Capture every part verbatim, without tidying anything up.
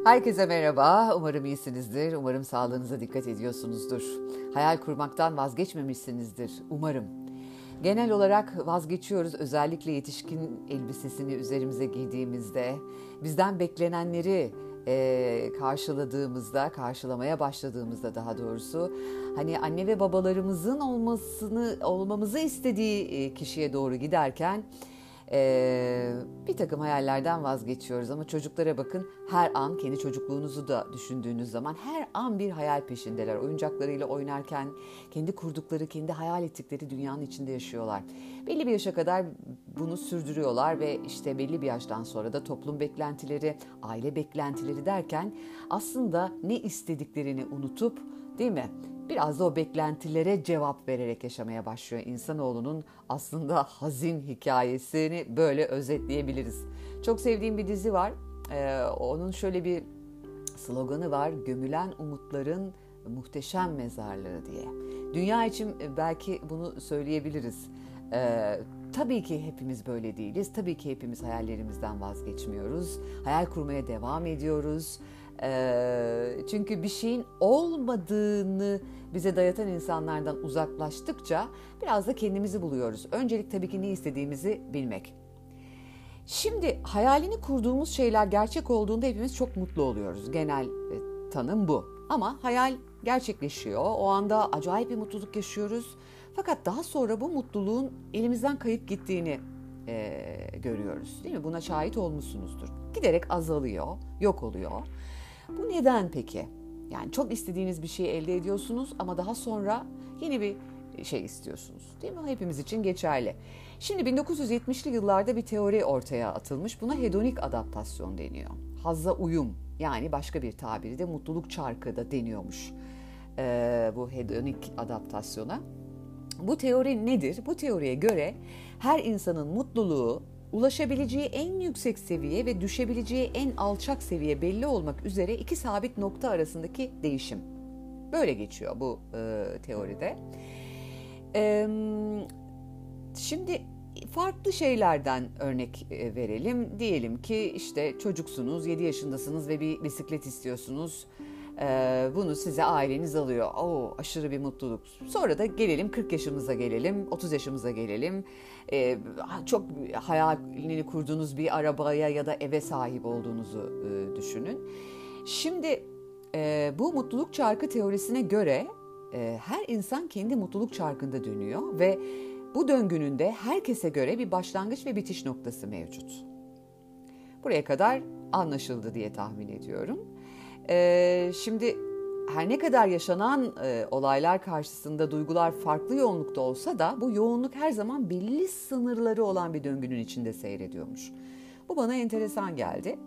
Herkese merhaba, umarım iyisinizdir, umarım sağlığınıza dikkat ediyorsunuzdur. Hayal kurmaktan vazgeçmemişsinizdir, umarım. Genel olarak vazgeçiyoruz, özellikle yetişkin elbisesini üzerimize giydiğimizde, bizden beklenenleri e, karşıladığımızda, karşılamaya başladığımızda daha doğrusu, hani anne ve babalarımızın olmasını, olmamızı istediği kişiye doğru giderken, Ee, bir takım hayallerden vazgeçiyoruz ama çocuklara bakın, her an kendi çocukluğunuzu da düşündüğünüz zaman her an bir hayal peşindeler. Oyuncaklarıyla oynarken kendi kurdukları, kendi hayal ettikleri dünyanın içinde yaşıyorlar. Belli bir yaşa kadar bunu sürdürüyorlar ve işte belli bir yaştan sonra da toplum beklentileri, aile beklentileri derken aslında ne istediklerini unutup, değil mi? Biraz da o beklentilere cevap vererek yaşamaya başlıyor. İnsanoğlunun aslında hazin hikayesini böyle özetleyebiliriz. Çok sevdiğim bir dizi var. Ee, onun şöyle bir sloganı var: gömülen umutların muhteşem mezarlığı diye. Dünya için belki bunu söyleyebiliriz. Ee, tabii ki hepimiz böyle değiliz. Tabii ki hepimiz hayallerimizden vazgeçmiyoruz. Hayal kurmaya devam ediyoruz. Ee, çünkü bir şeyin olmadığını bize dayatan insanlardan uzaklaştıkça biraz da kendimizi buluyoruz. Öncelik tabii ki ne istediğimizi bilmek. Şimdi hayalini kurduğumuz şeyler gerçek olduğunda hepimiz çok mutlu oluyoruz. Genel e, tanım bu. Ama hayal gerçekleşiyor. O anda acayip bir mutluluk yaşıyoruz. Fakat daha sonra bu mutluluğun elimizden kayıp gittiğini e, görüyoruz. Değil mi? Buna şahit olmuşsunuzdur. Giderek azalıyor, yok oluyor. Bu neden peki? Yani çok istediğiniz bir şeyi elde ediyorsunuz ama daha sonra yeni bir şey istiyorsunuz. Değil mi? Hepimiz için geçerli. Şimdi bin dokuz yüz yetmişli yıllarda bir teori ortaya atılmış. Buna hedonik adaptasyon deniyor. Hazza uyum, yani başka bir tabiri de mutluluk çarkı da deniyormuş ee, bu hedonik adaptasyona. Bu teori nedir? Bu teoriye göre her insanın mutluluğu ulaşabileceği en yüksek seviye ve düşebileceği en alçak seviye belli olmak üzere iki sabit nokta arasındaki değişim. Böyle geçiyor bu e, teoride. E, şimdi farklı şeylerden örnek verelim. Diyelim ki işte çocuksunuz, yedi yaşındasınız ve bir bisiklet istiyorsunuz. Ee, bunu size aileniz alıyor. Oo, aşırı bir mutluluk. Sonra da gelelim kırk yaşımıza gelelim, otuz yaşımıza gelelim. Ee, çok hayalini kurduğunuz bir arabaya ya da eve sahip olduğunuzu e, düşünün. Şimdi e, bu mutluluk çarkı teorisine göre e, her insan kendi mutluluk çarkında dönüyor ve bu döngünün de herkese göre bir başlangıç ve bitiş noktası mevcut. Buraya kadar anlaşıldı diye tahmin ediyorum. Ee, şimdi her ne kadar yaşanan e, olaylar karşısında duygular farklı yoğunlukta olsa da bu yoğunluk her zaman belli sınırları olan bir döngünün içinde seyrediyormuş. Bu bana enteresan geldi.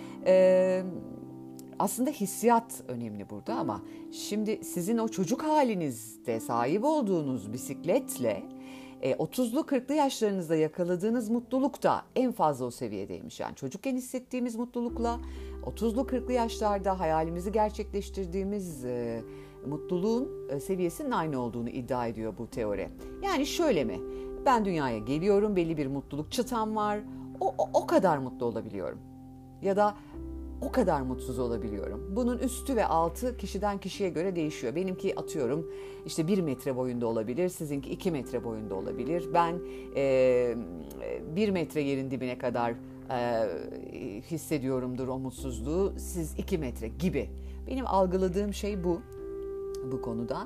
Ee, aslında hissiyat önemli burada ama şimdi sizin o çocuk halinizde sahip olduğunuz bisikletle otuzlu kırklı yaşlarınızda yakaladığınız mutluluk da en fazla o seviyedeymiş. Yani çocukken hissettiğimiz mutlulukla otuzlu kırklı yaşlarda hayalimizi gerçekleştirdiğimiz e, mutluluğun e, seviyesinin aynı olduğunu iddia ediyor bu teori. Yani şöyle mi? Ben dünyaya geliyorum, belli bir mutluluk çıtam var, o, o, o kadar mutlu olabiliyorum. Ya da o kadar mutsuz olabiliyorum. Bunun üstü ve altı kişiden kişiye göre değişiyor. Benimki atıyorum işte bir metre boyunda olabilir, sizinki iki metre boyunda olabilir. Ben e, bir metre yerin dibine kadar e, hissediyorumdur o mutsuzluğu, siz iki metre gibi. Benim algıladığım şey bu, bu konudan.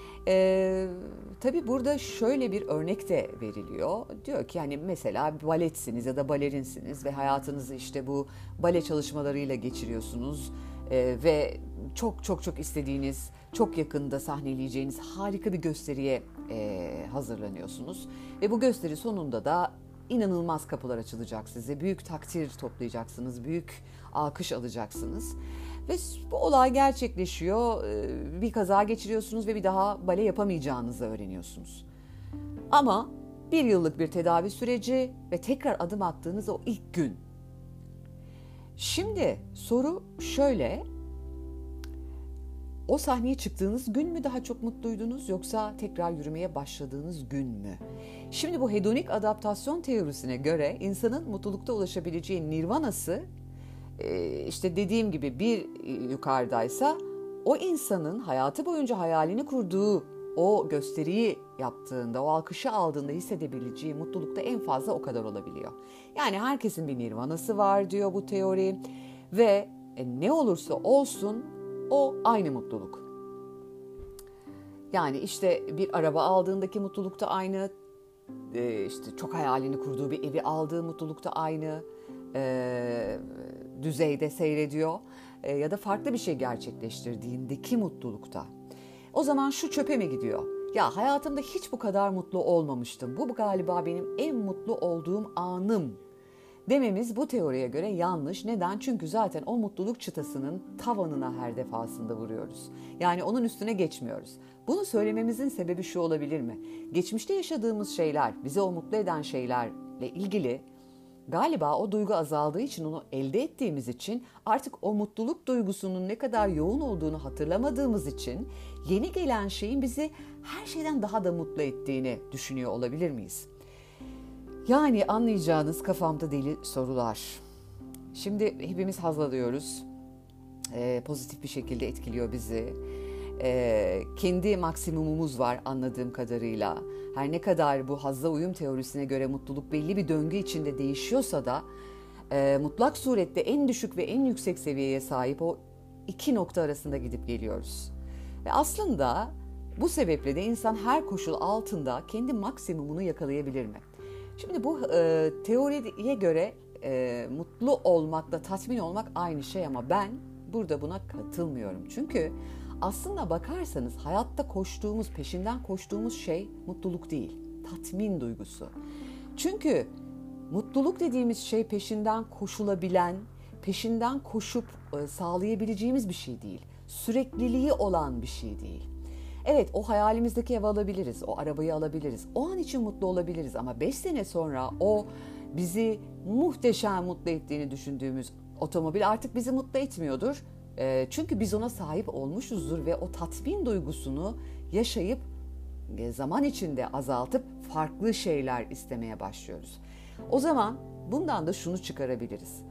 Ee, tabii burada şöyle bir örnek de veriliyor. Diyor ki yani mesela baletsiniz ya da balerinsiniz ve hayatınızı işte bu bale çalışmalarıyla geçiriyorsunuz ee, ve çok çok çok istediğiniz, çok yakında sahneleyeceğiniz harika bir gösteriye e, hazırlanıyorsunuz. Ve bu gösteri sonunda da inanılmaz kapılar açılacak size, büyük takdir toplayacaksınız, büyük alkış alacaksınız. Ve bu olay gerçekleşiyor, bir kaza geçiriyorsunuz ve bir daha bale yapamayacağınızı öğreniyorsunuz. Ama bir yıllık bir tedavi süreci ve tekrar adım attığınız o ilk gün. Şimdi soru şöyle, o sahneye çıktığınız gün mü daha çok mutluydunuz yoksa tekrar yürümeye başladığınız gün mü? Şimdi bu hedonik adaptasyon teorisine göre insanın mutlulukta ulaşabileceği nirvanası işte dediğim gibi bir yukarıdaysa o insanın hayatı boyunca hayalini kurduğu o gösteriyi yaptığında, o alkışı aldığında hissedebileceği mutluluk da en fazla o kadar olabiliyor. Yani herkesin bir nirvanası var diyor bu teori ve ne olursa olsun o aynı mutluluk. Yani işte bir araba aldığındaki mutluluk da aynı, işte çok hayalini kurduğu bir evi aldığı mutluluk da aynı e, düzeyde seyrediyor e, ya da farklı bir şey gerçekleştirdiğindeki mutlulukta. O zaman şu çöpe mi gidiyor? Ya hayatımda hiç bu kadar mutlu olmamıştım. Bu galiba benim en mutlu olduğum anım dememiz bu teoriye göre yanlış. Neden? Çünkü zaten o mutluluk çıtasının tavanına her defasında vuruyoruz. Yani onun üstüne geçmiyoruz. Bunu söylememizin sebebi şu olabilir mi? Geçmişte yaşadığımız şeyler, bizi o mutlu eden şeylerle ilgili galiba o duygu azaldığı için, onu elde ettiğimiz için, artık o mutluluk duygusunun ne kadar yoğun olduğunu hatırlamadığımız için yeni gelen şeyin bizi her şeyden daha da mutlu ettiğini düşünüyor olabilir miyiz? Yani anlayacağınız kafamda deli sorular. Şimdi hepimiz haz alıyoruz. Ee, pozitif bir şekilde etkiliyor bizi. Ee, kendi maksimumumuz var anladığım kadarıyla. Her ne kadar bu hazza uyum teorisine göre mutluluk belli bir döngü içinde değişiyorsa da e, mutlak surette en düşük ve en yüksek seviyeye sahip o iki nokta arasında gidip geliyoruz. Ve aslında bu sebeple de insan her koşul altında kendi maksimumunu yakalayabilir mi? Şimdi bu e, teoriye göre e, mutlu olmakla tatmin olmak aynı şey ama ben burada buna katılmıyorum. Çünkü aslında bakarsanız hayatta koştuğumuz, peşinden koştuğumuz şey mutluluk değil, tatmin duygusu. Çünkü mutluluk dediğimiz şey peşinden koşulabilen, peşinden koşup e, sağlayabileceğimiz bir şey değil. Sürekliliği olan bir şey değil. Evet, o hayalimizdeki evi alabiliriz, o arabayı alabiliriz, o an için mutlu olabiliriz ama beş sene sonra o bizi muhteşem mutlu ettiğini düşündüğümüz otomobil artık bizi mutlu etmiyordur. E, çünkü biz ona sahip olmuşuzdur ve o tatmin duygusunu yaşayıp e, zaman içinde azaltıp farklı şeyler istemeye başlıyoruz. O zaman bundan da şunu çıkarabiliriz.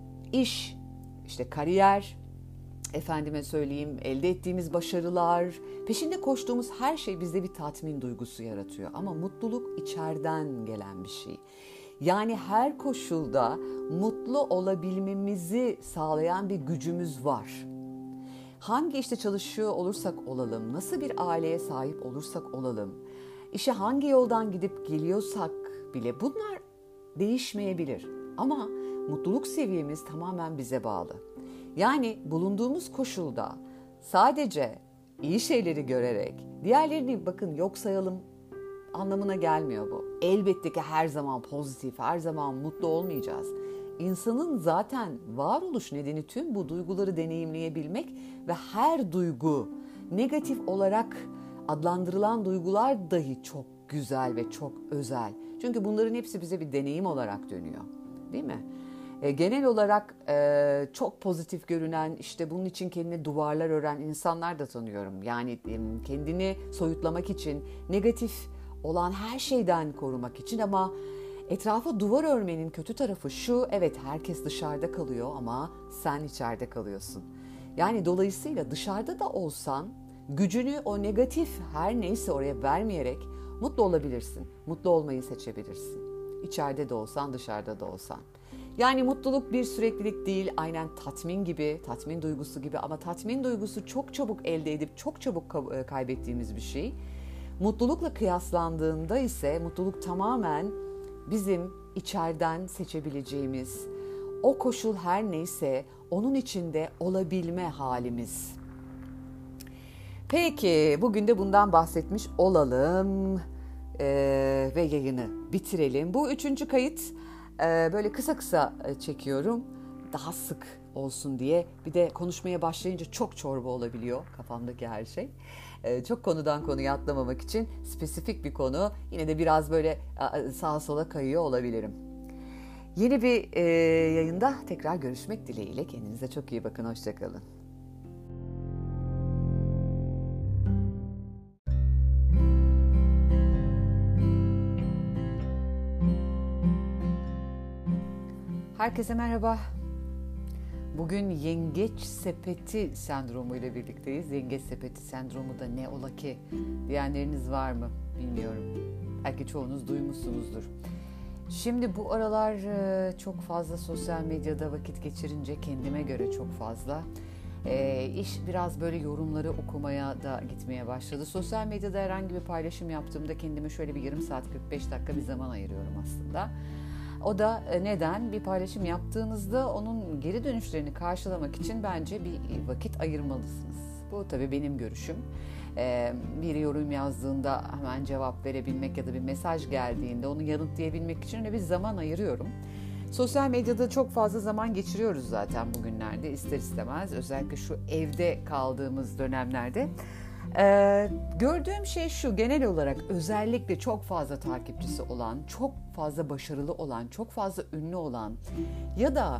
İş, işte kariyer, efendime söyleyeyim elde ettiğimiz başarılar, peşinde koştuğumuz her şey bizde bir tatmin duygusu yaratıyor. Ama mutluluk içeriden gelen bir şey. Yani her koşulda mutlu olabilmemizi sağlayan bir gücümüz var. Hangi işte çalışıyor olursak olalım, nasıl bir aileye sahip olursak olalım, işe hangi yoldan gidip geliyorsak bile bunlar değişmeyebilir. Ama mutluluk seviyemiz tamamen bize bağlı. Yani bulunduğumuz koşulda sadece iyi şeyleri görerek, diğerlerini bakın yok sayalım anlamına gelmiyor bu. Elbette ki her zaman pozitif, her zaman mutlu olmayacağız. İnsanın zaten varoluş nedeni tüm bu duyguları deneyimleyebilmek ve her duygu, negatif olarak adlandırılan duygular dahi çok güzel ve çok özel. Çünkü bunların hepsi bize bir deneyim olarak dönüyor, değil mi? E, genel olarak e, çok pozitif görünen, işte bunun için kendine duvarlar ören insanlar da tanıyorum. Yani e, kendini soyutlamak için, negatif olan her şeyden korumak için, ama etrafa duvar örmenin kötü tarafı şu: evet, herkes dışarıda kalıyor ama sen içeride kalıyorsun. Yani dolayısıyla dışarıda da olsan gücünü o negatif her neyse oraya vermeyerek mutlu olabilirsin. Mutlu olmayı seçebilirsin. İçeride de olsan, dışarıda da olsan. Yani mutluluk bir süreklilik değil, aynen tatmin gibi, tatmin duygusu gibi, ama tatmin duygusu çok çabuk elde edip çok çabuk kaybettiğimiz bir şey. Mutlulukla kıyaslandığında ise mutluluk tamamen bizim içeriden seçebileceğimiz, o koşul her neyse onun içinde olabilme halimiz. Peki, bugün de bundan bahsetmiş olalım ee, ve yayını bitirelim. Bu üçüncü kayıt. Böyle kısa kısa çekiyorum, daha sık olsun diye. Bir de konuşmaya başlayınca çok çorba olabiliyor kafamdaki her şey. Çok konudan konuya atlamamak için spesifik bir konu, yine de biraz böyle sağa sola kayıyor olabilirim. Yeni bir yayında tekrar görüşmek dileğiyle. Kendinize çok iyi bakın, hoşçakalın. Herkese merhaba. Bugün yengeç sepeti sendromu ile birlikteyiz. Yengeç sepeti sendromu da ne ola ki diyenleriniz var mı bilmiyorum. Belki çoğunuz duymuşsunuzdur. Şimdi bu aralar çok fazla sosyal medyada vakit geçirince kendime göre çok fazla e, iş biraz böyle yorumları okumaya da gitmeye başladı. Sosyal medyada herhangi bir paylaşım yaptığımda kendime şöyle bir yarım saat kırk beş dakika bir zaman ayırıyorum aslında. O da neden? Bir paylaşım yaptığınızda onun geri dönüşlerini karşılamak için bence bir vakit ayırmalısınız. Bu tabii benim görüşüm. Ee, bir yorum yazdığında hemen cevap verebilmek ya da bir mesaj geldiğinde onu yanıtlayabilmek için öyle bir zaman ayırıyorum. Sosyal medyada çok fazla zaman geçiriyoruz zaten bugünlerde ister istemez. Özellikle şu evde kaldığımız dönemlerde. Ee, gördüğüm şey şu, genel olarak özellikle çok fazla takipçisi olan, çok fazla başarılı olan, çok fazla ünlü olan ya da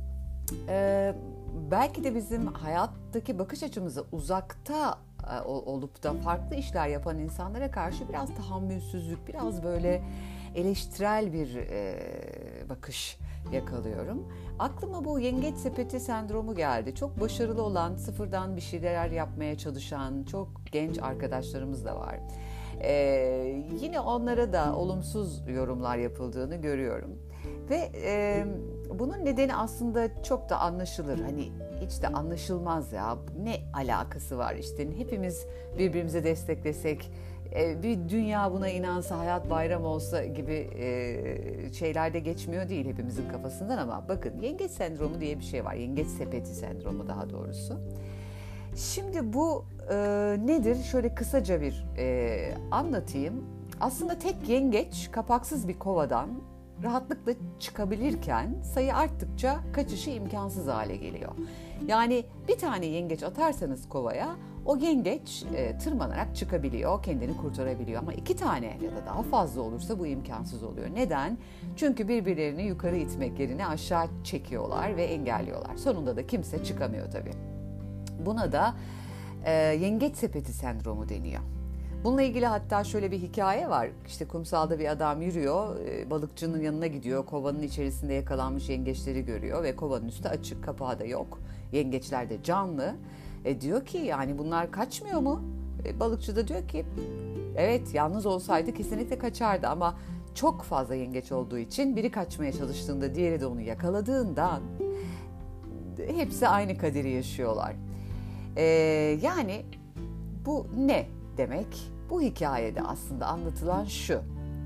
e, belki de bizim hayattaki bakış açımıza uzakta e, olup da farklı işler yapan insanlara karşı biraz tahammülsüzlük, biraz böyle eleştirel bir e, bakış yakalıyorum. Aklıma bu yengeç sepeti sendromu geldi. Çok başarılı olan, sıfırdan bir şeyler yapmaya çalışan çok genç arkadaşlarımız da var. Ee, yine onlara da olumsuz yorumlar yapıldığını görüyorum. Ve e, bunun nedeni aslında çok da anlaşılır. Hani hiç de anlaşılmaz ya. Ne alakası var işte. Hepimiz birbirimize desteklesek, bir dünya buna inansa, hayat bayram olsa gibi şeyler de geçmiyor değil hepimizin kafasından ama bakın yengeç sendromu diye bir şey var. Yengeç sepeti sendromu daha doğrusu. Şimdi bu e, nedir? Şöyle kısaca bir e, anlatayım. Aslında tek yengeç kapaksız bir kovadan rahatlıkla çıkabilirken sayı arttıkça kaçışı imkansız hale geliyor. Yani bir tane yengeç atarsanız kovaya o yengeç e, tırmanarak çıkabiliyor, kendini kurtarabiliyor. Ama iki tane ya da daha fazla olursa bu imkansız oluyor. Neden? Çünkü birbirlerini yukarı itmek yerine aşağı çekiyorlar ve engelliyorlar. Sonunda da kimse çıkamıyor tabii. Buna da e, yengeç sepeti sendromu deniyor. Bununla ilgili hatta şöyle bir hikaye var. İşte kumsalda bir adam yürüyor, balıkçının yanına gidiyor, kovanın içerisinde yakalanmış yengeçleri görüyor ve kovanın üstü açık, kapağı da yok. Yengeçler de canlı. E diyor ki yani bunlar kaçmıyor mu? E, balıkçı da diyor ki evet, yalnız olsaydı kesinlikle kaçardı ama çok fazla yengeç olduğu için biri kaçmaya çalıştığında diğeri de onu yakaladığından hepsi aynı kaderi yaşıyorlar. E, yani bu ne demek? Bu hikayede aslında anlatılan şu.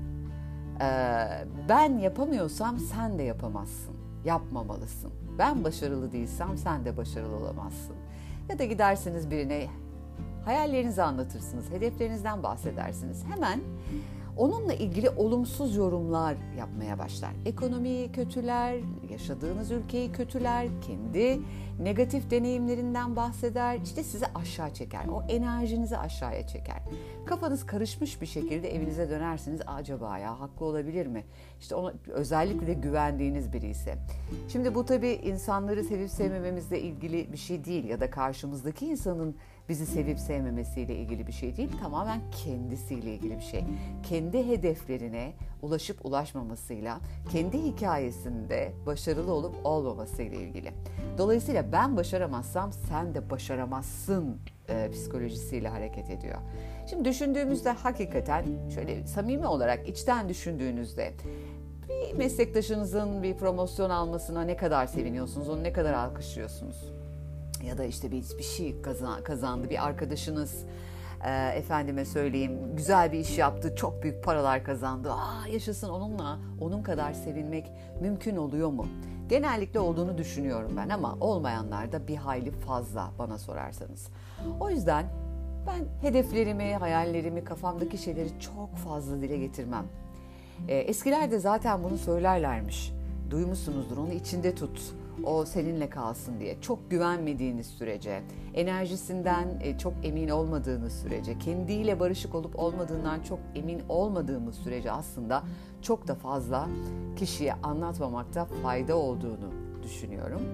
Ee, ben yapamıyorsam sen de yapamazsın. Yapmamalısın. Ben başarılı değilsem sen de başarılı olamazsın. Ya da gidersiniz birine hayallerinizi anlatırsınız, hedeflerinizden bahsedersiniz. Hemen onunla ilgili olumsuz yorumlar yapmaya başlar. Ekonomiyi kötüler, yaşadığınız ülkeyi kötüler, kendi negatif deneyimlerinden bahseder. İşte sizi aşağı çeker, o enerjinizi aşağıya çeker. Kafanız karışmış bir şekilde evinize dönersiniz. Acaba ya haklı olabilir mi? İşte ona özellikle de güvendiğiniz biri ise. Şimdi bu tabii insanları sevip sevmememizle ilgili bir şey değil ya da karşımızdaki insanın bizi sevip sevmemesiyle ilgili bir şey değil, tamamen kendisiyle ilgili bir şey. Kendi hedeflerine ulaşıp ulaşmamasıyla, kendi hikayesinde başarılı olup olmamasıyla ilgili. Dolayısıyla ben başaramazsam sen de başaramazsın e, psikolojisiyle hareket ediyor. Şimdi düşündüğümüzde hakikaten şöyle samimi olarak içten düşündüğünüzde bir meslektaşınızın bir promosyon almasına ne kadar seviniyorsunuz, onu ne kadar alkışlıyorsunuz? Ya da işte bir, bir şey kazandı, bir arkadaşınız e, efendime söyleyeyim güzel bir iş yaptı, çok büyük paralar kazandı. Aa yaşasın, onunla onun kadar sevinmek mümkün oluyor mu? Genellikle olduğunu düşünüyorum ben ama olmayanlar da bir hayli fazla bana sorarsanız. O yüzden ben hedeflerimi, hayallerimi, kafamdaki şeyleri çok fazla dile getirmem. E, eskiler de zaten bunu söylerlermiş. Duymuşsunuzdur, onu içinde tut. O seninle kalsın diye. Çok güvenmediğiniz sürece, enerjisinden çok emin olmadığınız sürece, kendiyle barışık olup olmadığından çok emin olmadığımız sürece aslında çok da fazla kişiye anlatmamakta fayda olduğunu düşünüyorum.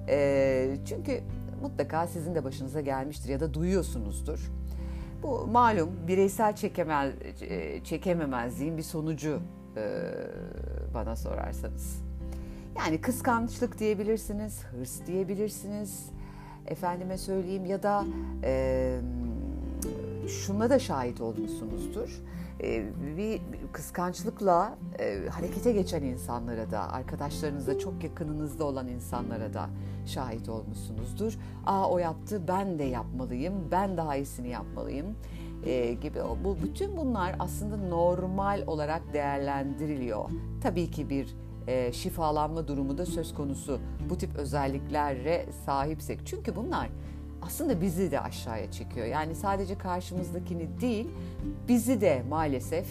E, çünkü mutlaka sizin de başınıza gelmiştir ya da duyuyorsunuzdur. Bu malum bireysel çekemez, çekememezliğin bir sonucu e, bana sorarsanız. Yani kıskançlık diyebilirsiniz, hırs diyebilirsiniz, efendime söyleyeyim ya da e, şuna da şahit olmuşsunuzdur. E, bir kıskançlıkla e, harekete geçen insanlara da, arkadaşlarınızla çok yakınınızda olan insanlara da şahit olmuşsunuzdur. Aa o yaptı, ben de yapmalıyım, ben daha iyisini yapmalıyım e, gibi. Bu bütün bunlar aslında normal olarak değerlendiriliyor. Tabii ki bir e, şifalanma durumu da söz konusu. Bu tip özelliklere sahipsek. Çünkü bunlar aslında bizi de aşağıya çekiyor. Yani sadece karşımızdakini değil, bizi de maalesef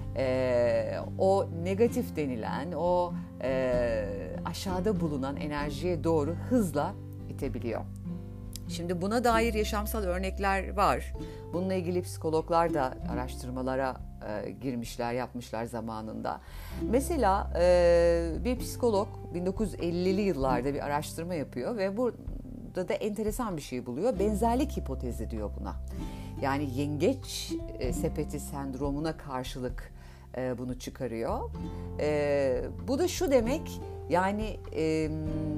e, o negatif denilen, o e, aşağıda bulunan enerjiye doğru hızla itebiliyor. Şimdi buna dair yaşamsal örnekler var. Bununla ilgili psikologlar da araştırmalara e, girmişler, yapmışlar zamanında. Mesela e, bir psikolog bin dokuz yüz ellili yıllarda bir araştırma yapıyor ve bu da enteresan bir şey buluyor. Benzerlik hipotezi diyor buna. Yani yengeç e, sepeti sendromuna karşılık e, bunu çıkarıyor. E, bu da şu demek, yani e,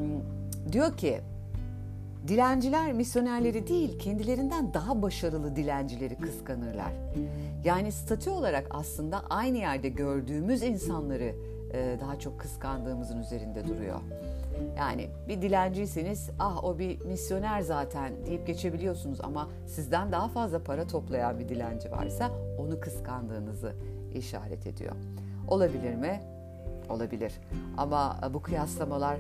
diyor ki dilenciler misyonerleri değil, kendilerinden daha başarılı dilencileri kıskanırlar. Yani statü olarak aslında aynı yerde gördüğümüz insanları e, daha çok kıskandığımızın üzerinde duruyor. Yani bir dilenciyseniz ah o bir misyoner zaten deyip geçebiliyorsunuz ama sizden daha fazla para toplayan bir dilenci varsa onu kıskandığınızı işaret ediyor. Olabilir mi? Olabilir. Ama bu kıyaslamalar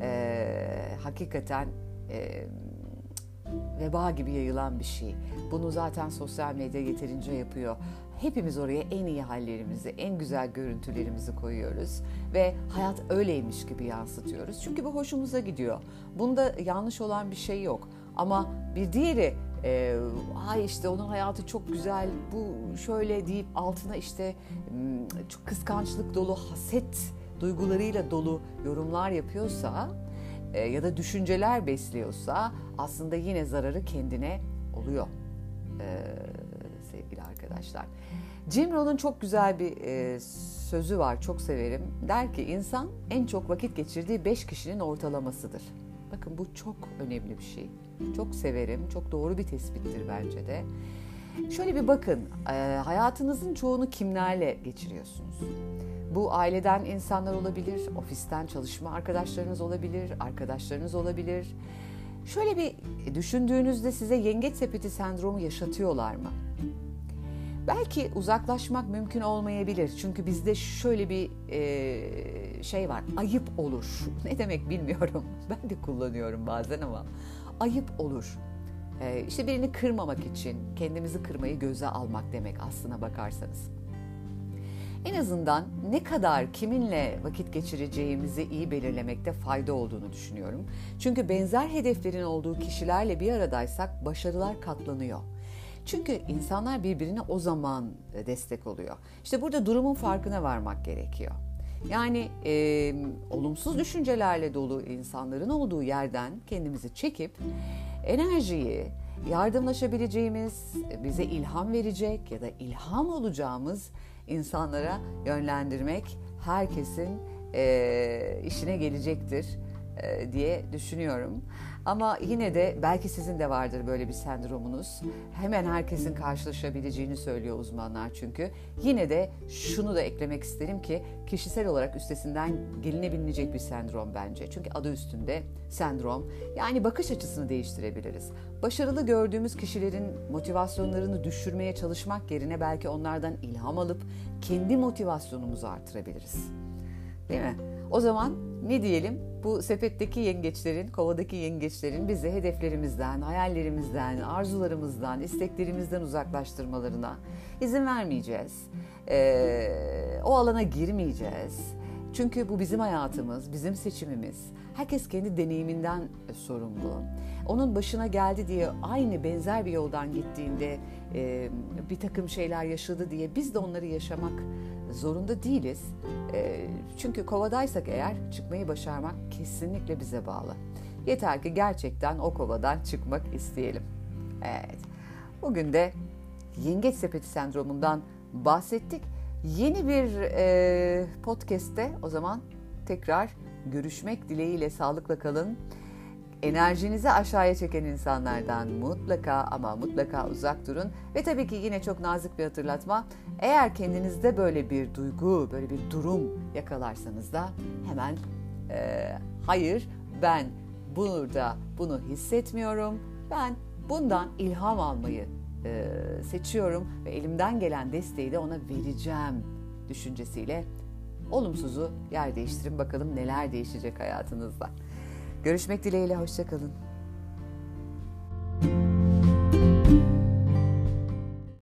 e, hakikaten e, veba gibi yayılan bir şey. Bunu zaten sosyal medya yeterince yapıyor. Hepimiz oraya en iyi hallerimizi, en güzel görüntülerimizi koyuyoruz ve hayat öyleymiş gibi yansıtıyoruz. Çünkü bu hoşumuza gidiyor. Bunda yanlış olan bir şey yok. Ama bir diğeri, e, ay işte onun hayatı çok güzel, bu şöyle deyip altına işte çok kıskançlık dolu, haset duygularıyla dolu yorumlar yapıyorsa e, ya da düşünceler besliyorsa aslında yine zararı kendine oluyor. E, sevgili arkadaşlar. Jim Rohn'un çok güzel bir e, sözü var, çok severim. Der ki insan en çok vakit geçirdiği beş kişinin ortalamasıdır. Bakın bu çok önemli bir şey. Çok severim, çok doğru bir tespittir bence de. Şöyle bir bakın, e, hayatınızın çoğunu kimlerle geçiriyorsunuz? Bu aileden insanlar olabilir, ofisten çalışma arkadaşlarınız olabilir, arkadaşlarınız olabilir. Şöyle bir düşündüğünüzde size yengeç sepeti sendromu yaşatıyorlar mı? Belki uzaklaşmak mümkün olmayabilir. Çünkü bizde şöyle bir e, şey var, ayıp olur. Ne demek bilmiyorum. Ben de kullanıyorum bazen ama ayıp olur. E, işte birini kırmamak için kendimizi kırmayı göze almak demek aslına bakarsanız. En azından ne kadar kiminle vakit geçireceğimizi iyi belirlemekte fayda olduğunu düşünüyorum. Çünkü benzer hedeflerin olduğu kişilerle bir aradaysak başarılar katlanıyor. Çünkü insanlar birbirine o zaman destek oluyor. İşte burada durumun farkına varmak gerekiyor. Yani e, olumsuz düşüncelerle dolu insanların olduğu yerden kendimizi çekip enerjiyi yardımlaşabileceğimiz, bize ilham verecek ya da ilham olacağımız insanlara yönlendirmek herkesin e, işine gelecektir e, diye düşünüyorum. Ama yine de belki sizin de vardır böyle bir sendromunuz. Hemen herkesin karşılaşabileceğini söylüyor uzmanlar çünkü. Yine de şunu da eklemek isterim ki kişisel olarak üstesinden gelinebilecek bir sendrom bence. Çünkü adı üstünde sendrom. Yani bakış açısını değiştirebiliriz. Başarılı gördüğümüz kişilerin motivasyonlarını düşürmeye çalışmak yerine belki onlardan ilham alıp kendi motivasyonumuzu artırabiliriz. Değil mi? O zaman ne diyelim? Bu sepetteki yengeçlerin, kovadaki yengeçlerin bizi hedeflerimizden, hayallerimizden, arzularımızdan, isteklerimizden uzaklaştırmalarına izin vermeyeceğiz. Ee, o alana girmeyeceğiz. Çünkü bu bizim hayatımız, bizim seçimimiz. Herkes kendi deneyiminden sorumlu. Onun başına geldi diye aynı benzer bir yoldan gittiğinde e, bir takım şeyler yaşadı diye biz de onları yaşamak zorunda değiliz. E, çünkü kovadaysak eğer çıkmayı başarmak kesinlikle bize bağlı. Yeter ki gerçekten o kovadan çıkmak isteyelim. Evet. Bugün de yengeç sepeti sendromundan bahsettik. Yeni bir e, podcast'te o zaman tekrar görüşmek dileğiyle sağlıkla kalın. Enerjinizi aşağıya çeken insanlardan mutlaka ama mutlaka uzak durun. Ve tabii ki yine çok nazik bir hatırlatma. Eğer kendinizde böyle bir duygu, böyle bir durum yakalarsanız da hemen e, hayır, ben burada bunu hissetmiyorum. Ben bundan ilham almayı e, seçiyorum ve elimden gelen desteği de ona vereceğim düşüncesiyle olumsuzu yer değiştirin. Bakalım neler değişecek hayatınızda. Görüşmek dileğiyle, hoşça kalın.